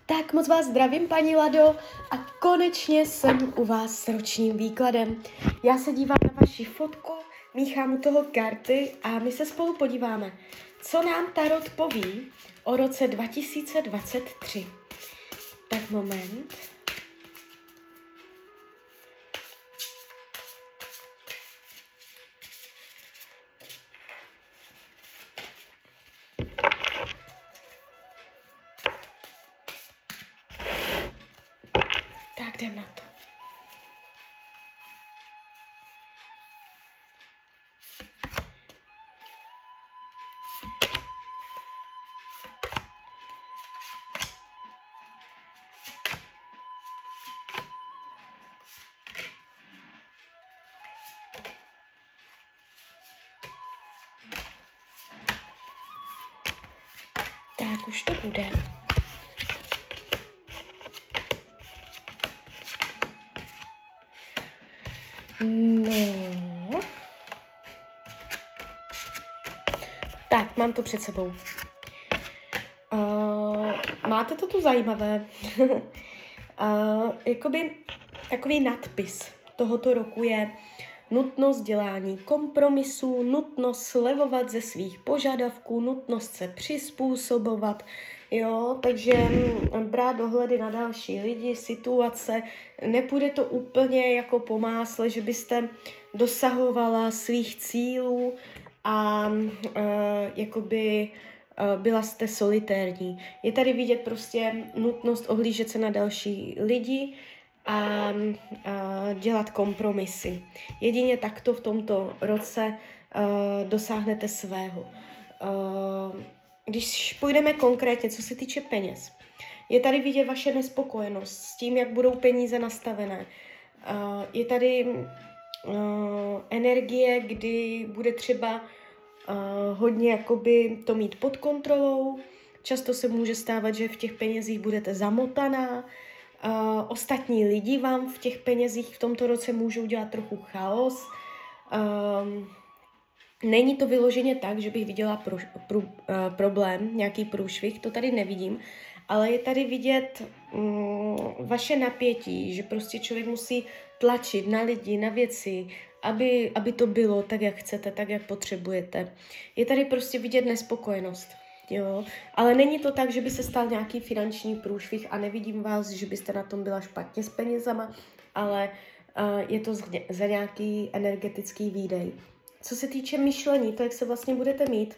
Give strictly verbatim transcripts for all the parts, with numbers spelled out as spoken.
Tak moc vás zdravím, paní Lado, a konečně jsem u vás s ročním výkladem. Já se dívám na vaši fotku, míchám u toho karty a my se spolu podíváme, co nám Tarot poví o roce dva tisíce dvacet tři. Tak moment. Tak jdem na to. Tak už to bude. No. Tak, mám to před sebou. Uh, máte to tu zajímavé. uh, jakoby takový nadpis tohoto roku je nutnost dělání kompromisů, nutnost slevovat ze svých požadavků, nutnost se přizpůsobovat, jo, takže brát dohledy na další lidi, situace, nepůjde to úplně jako po másle, že byste dosahovala svých cílů a uh, jakoby uh, byla jste solitérní. Je tady vidět prostě nutnost ohlížet se na další lidi, A, a dělat kompromisy. Jedině takto v tomto roce uh, dosáhnete svého. Uh, když půjdeme konkrétně, co se týče peněz, je tady vidět vaše nespokojenost s tím, jak budou peníze nastavené. Uh, je tady uh, energie, kdy bude třeba uh, hodně jakoby to mít pod kontrolou. Často se může stávat, že v těch penězích budete zamotaná. Uh, ostatní lidi vám v těch penězích v tomto roce můžou dělat trochu chaos. Um, není to vyloženě tak, že bych viděla pro, pro, uh, problém, nějaký průšvih, to tady nevidím, ale je tady vidět um, vaše napětí, že prostě člověk musí tlačit na lidi, na věci, aby, aby to bylo tak, jak chcete, tak, jak potřebujete. Je tady prostě vidět nespokojenost. Jo, ale není to tak, že by se stal nějaký finanční průšvih a nevidím vás, že byste na tom byla špatně s penězama, ale uh, je to za nějaký energetický výdej. Co se týče myšlení, to, jak se vlastně budete mít,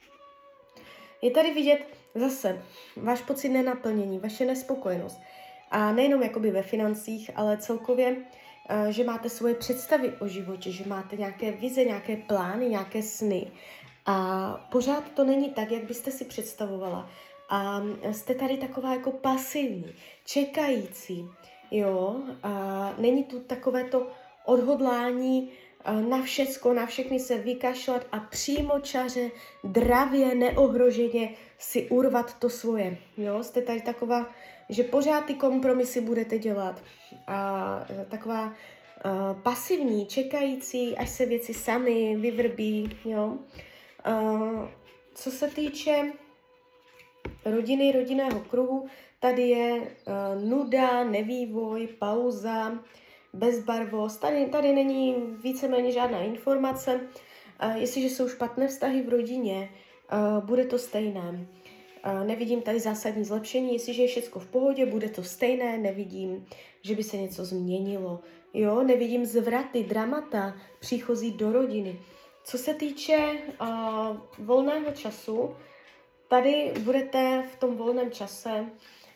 je tady vidět zase váš pocit nenaplnění, vaše nespokojenost. A nejenom jakoby ve financích, ale celkově, uh, že máte svoje představy o životě, že máte nějaké vize, nějaké plány, nějaké sny. A pořád to není tak, jak byste si představovala. A jste tady taková jako pasivní, čekající, jo. A není tu takové to odhodlání na všecko, na všechny se vykašlat a přímočaře, dravě, neohroženě si urvat to svoje, jo. Jste tady taková, že pořád ty kompromisy budete dělat. A taková a, pasivní, čekající, až se věci sami vyvrbí, jo. Uh, co se týče rodiny, rodinného kruhu, tady je uh, nuda, nevývoj, pauza, bezbarvost. Tady, tady není víceméně žádná informace. Uh, jestliže jsou špatné vztahy v rodině, uh, bude to stejné. Uh, nevidím tady zásadní zlepšení. Jestliže je všechno v pohodě, bude to stejné. Nevidím, že by se něco změnilo. Jo? Nevidím zvraty, dramata, příchozí do rodiny. Co se týče uh, volného času, tady budete v tom volném čase, uh,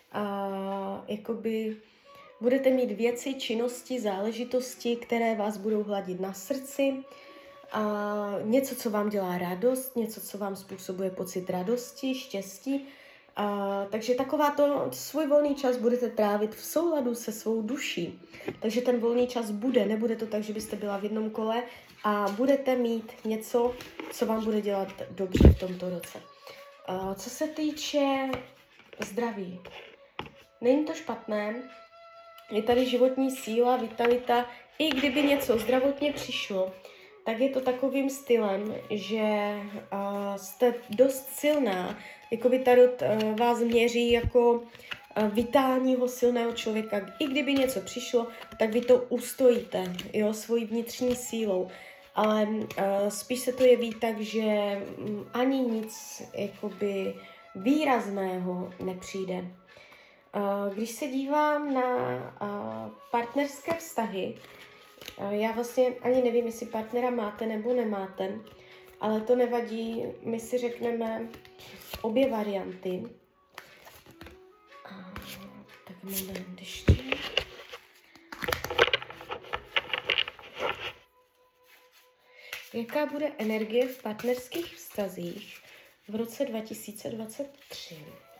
jakoby budete mít věci, činnosti, záležitosti, které vás budou hladit na srdci, uh, něco, co vám dělá radost, něco, co vám způsobuje pocit radosti, štěstí. Uh, takže takováto svůj volný čas budete trávit v souladu se svou duší. Takže ten volný čas bude, nebude to tak, že byste byla v jednom kole a budete mít něco, co vám bude dělat dobře v tomto roce. Uh, co se týče zdraví, není to špatné, je tady životní síla, vitalita, i kdyby něco zdravotně přišlo, tak je to takovým stylem, že uh, jste dost silná, jako by Tarot uh, vás měří jako vitálního, silného člověka. I kdyby něco přišlo, tak vy to ustojíte, jo, svojí vnitřní sílou. Ale uh, spíš se to jeví tak, že um, ani nic jakoby výrazného nepřijde. Uh, když se dívám na uh, partnerské vztahy, uh, já vlastně ani nevím, jestli partnera máte nebo nemáte, ale to nevadí, my si řekneme obě varianty. Uh, tak moment ještě. Jaká bude energie v partnerských vztazích v roce dva tisíce dvacet tři?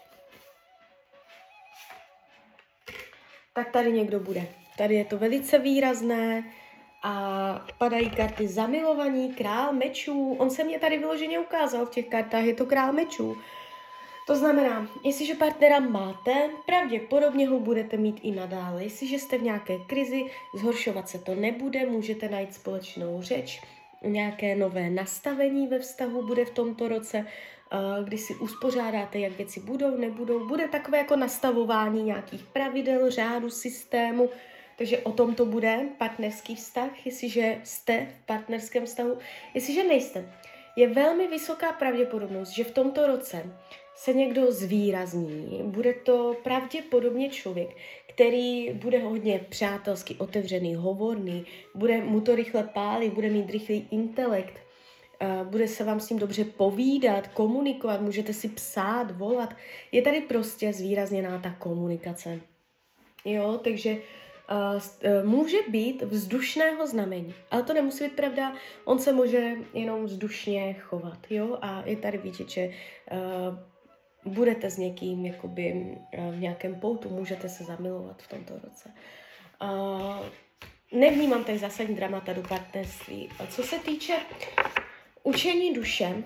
Tak tady někdo bude. Tady je to velice výrazné a padají karty zamilovaní, král mečů. On se mě tady vyloženě ukázal v těch kartách, je to král mečů. To znamená, jestliže partnera máte, pravděpodobně ho budete mít i nadále. Jestliže jste v nějaké krizi, zhoršovat se to nebude, můžete najít společnou řeč, nějaké nové nastavení ve vztahu bude v tomto roce, kdy si uspořádáte, jak věci budou, nebudou. Bude takové jako nastavování nějakých pravidel, řádu, systému, takže o tom to bude partnerský vztah, jestliže jste v partnerském vztahu. Jestliže nejste, je velmi vysoká pravděpodobnost, že v tomto roce se někdo zvýrazní. Bude to pravděpodobně člověk, který bude hodně přátelsky otevřený, hovorný, bude mu to rychle pálit, bude mít rychlý intelekt, bude se vám s ním dobře povídat, komunikovat, můžete si psát, volat. Je tady prostě zvýrazněná ta komunikace. Jo, takže uh, může být vzdušného znamení, ale to nemusí být pravda, on se může jenom vzdušně chovat, jo, a je tady vidět, že uh, budete s někým jakoby v nějakém poutu, můžete se zamilovat v tomto roce. Uh, nevnímám tady zásadní dramata do partnerství. A co se týče učení duše,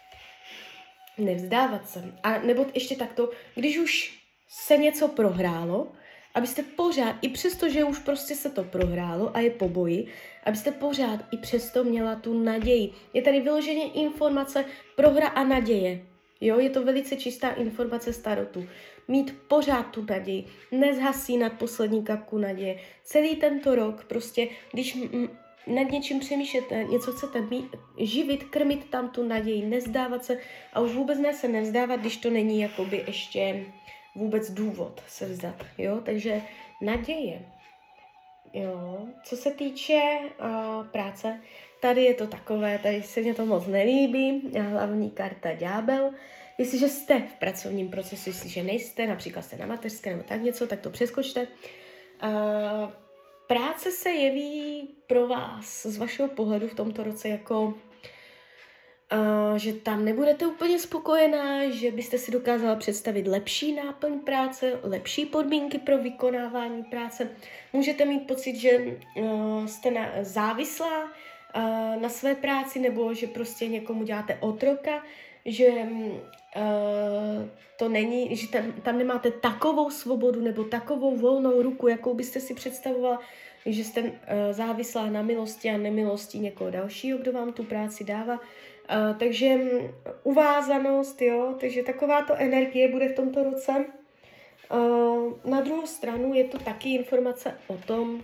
nevzdávat se. A nebo ještě takto, když už se něco prohrálo, abyste pořád, i přesto, že už prostě se to prohrálo a je po boji, abyste pořád i přesto měla tu naději. Je tady vyloženě informace prohra a naděje. Jo, je to velice čistá informace z tarotu. Mít pořád tu naději, nezhasínat poslední kapku naděje. Celý tento rok prostě, když m- nad něčím přemýšlíte, něco chcete mít, živit, krmit tam tu naději, nezdávat se a už vůbec ne se nevzdávat, když to není jakoby ještě vůbec důvod se vzdat. Jo, takže naděje. Jo, co se týče uh, práce, tady je to takové, tady se mě to moc nelíbí, hlavní karta ďábel. Jestliže jste v pracovním procesu, jestliže nejste, například jste na mateřské nebo tak něco, tak to přeskočte. Uh, práce se jeví pro vás z vašeho pohledu v tomto roce jako, uh, že tam nebudete úplně spokojená, že byste si dokázala představit lepší náplň práce, lepší podmínky pro vykonávání práce. Můžete mít pocit, že uh, jste na, závislá uh, na své práci nebo že prostě někomu děláte otroka, že uh, to není, že tam, tam nemáte takovou svobodu nebo takovou volnou ruku, jakou byste si představovala, že jste uh, závislá na milosti a nemilosti někoho dalšího, kdo vám tu práci dává. Uh, takže um, uvázanost, jo, takže takováto energie bude v tomto roce. Uh, na druhou stranu je to taky informace o tom,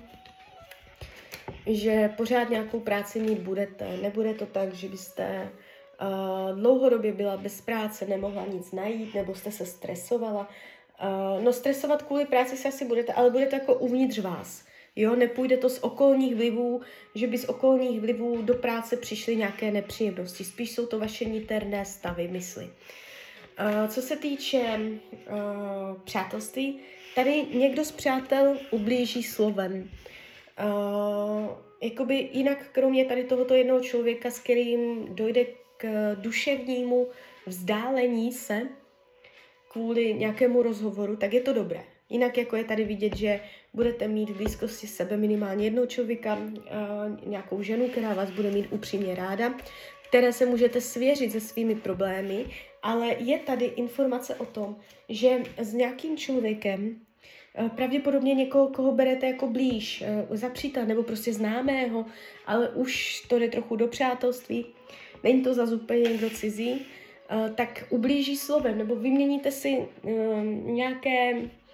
že pořád nějakou práci mít budete. Nebude to tak, že byste uh, dlouhodobě byla bez práce, nemohla nic najít, nebo jste se stresovala. Uh, no stresovat kvůli práci se asi budete, ale bude to jako uvnitř vás. Jo, nepůjde to z okolních vlivů, že by z okolních vlivů do práce přišly nějaké nepříjemnosti. Spíš jsou to vaše niterné stavy mysli. Uh, co se týče uh, přátelství, tady někdo z přátel ublíží slovem. Uh, jakoby jinak kromě tady tohoto jednoho člověka, s kterým dojde k duševnímu vzdálení se kvůli nějakému rozhovoru, tak je to dobré. Jinak jako je tady vidět, že budete mít v blízkosti sebe minimálně jednoho člověka, uh, nějakou ženu, která vás bude mít upřímně ráda, které se můžete svěřit se svými problémy, ale je tady informace o tom, že s nějakým člověkem, uh, pravděpodobně někoho, koho berete jako blíž, uh, za přítel nebo prostě známého, ale už to jde trochu do přátelství, není to zas úplně někdo cizí, uh, tak ublíží slovem, nebo vyměníte si uh, nějaké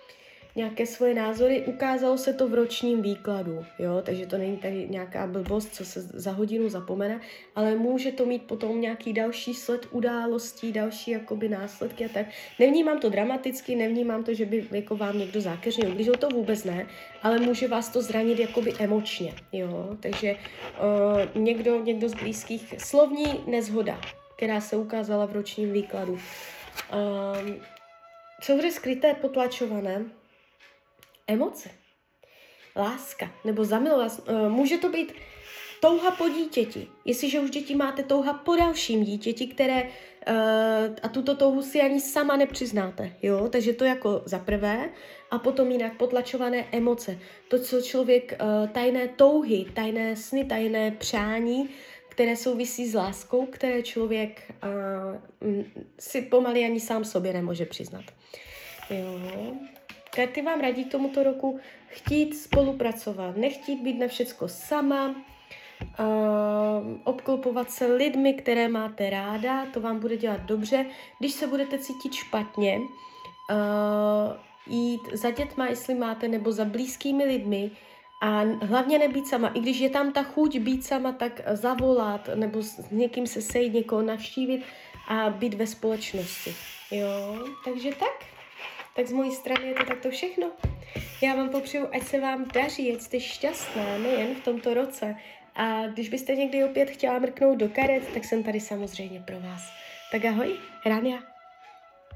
nějaké svoje názory. Ukázalo se to v ročním výkladu, jo, takže to není tady nějaká blbost, co se za hodinu zapomene, ale může to mít potom nějaký další sled událostí, další jakoby následky a tak. Nevnímám to dramaticky, nevnímám to, že by jako vám někdo zákeřně ublížil, to vůbec ne, ale může vás to zranit jakoby emočně, jo, takže uh, někdo, někdo z blízkých, slovní nezhoda, která se ukázala v ročním výkladu. Um, co bude skryté, potlačované? Emoce, láska nebo zamilovanost. Uh, může to být touha po dítěti. Jestliže už děti máte, touha po dalším dítěti, které uh, a tuto touhu si ani sama nepřiznáte. Jo? Takže to jako za prvé. A potom jinak potlačované emoce. To, co člověk, uh, tajné touhy, tajné sny, tajné přání, které souvisí s láskou, které člověk uh, si pomaly ani sám sobě nemůže přiznat. Jo. Karty vám radí k tomuto roku chtít spolupracovat, nechtít být na všecko sama, uh, obklopovat se lidmi, které máte ráda, to vám bude dělat dobře. Když se budete cítit špatně, uh, jít za dětma, jestli máte, nebo za blízkými lidmi, a hlavně nebýt sama. I když je tam ta chuť být sama, tak zavolat nebo s někým se sejít, někoho navštívit a být ve společnosti. Jo, takže tak. Tak z mojí strany je to takto všechno. Já vám popřeju, ať se vám daří, ať jste šťastná, nejen v tomto roce. A když byste někdy opět chtěla mrknout do karet, tak jsem tady samozřejmě pro vás. Tak ahoj, Rania.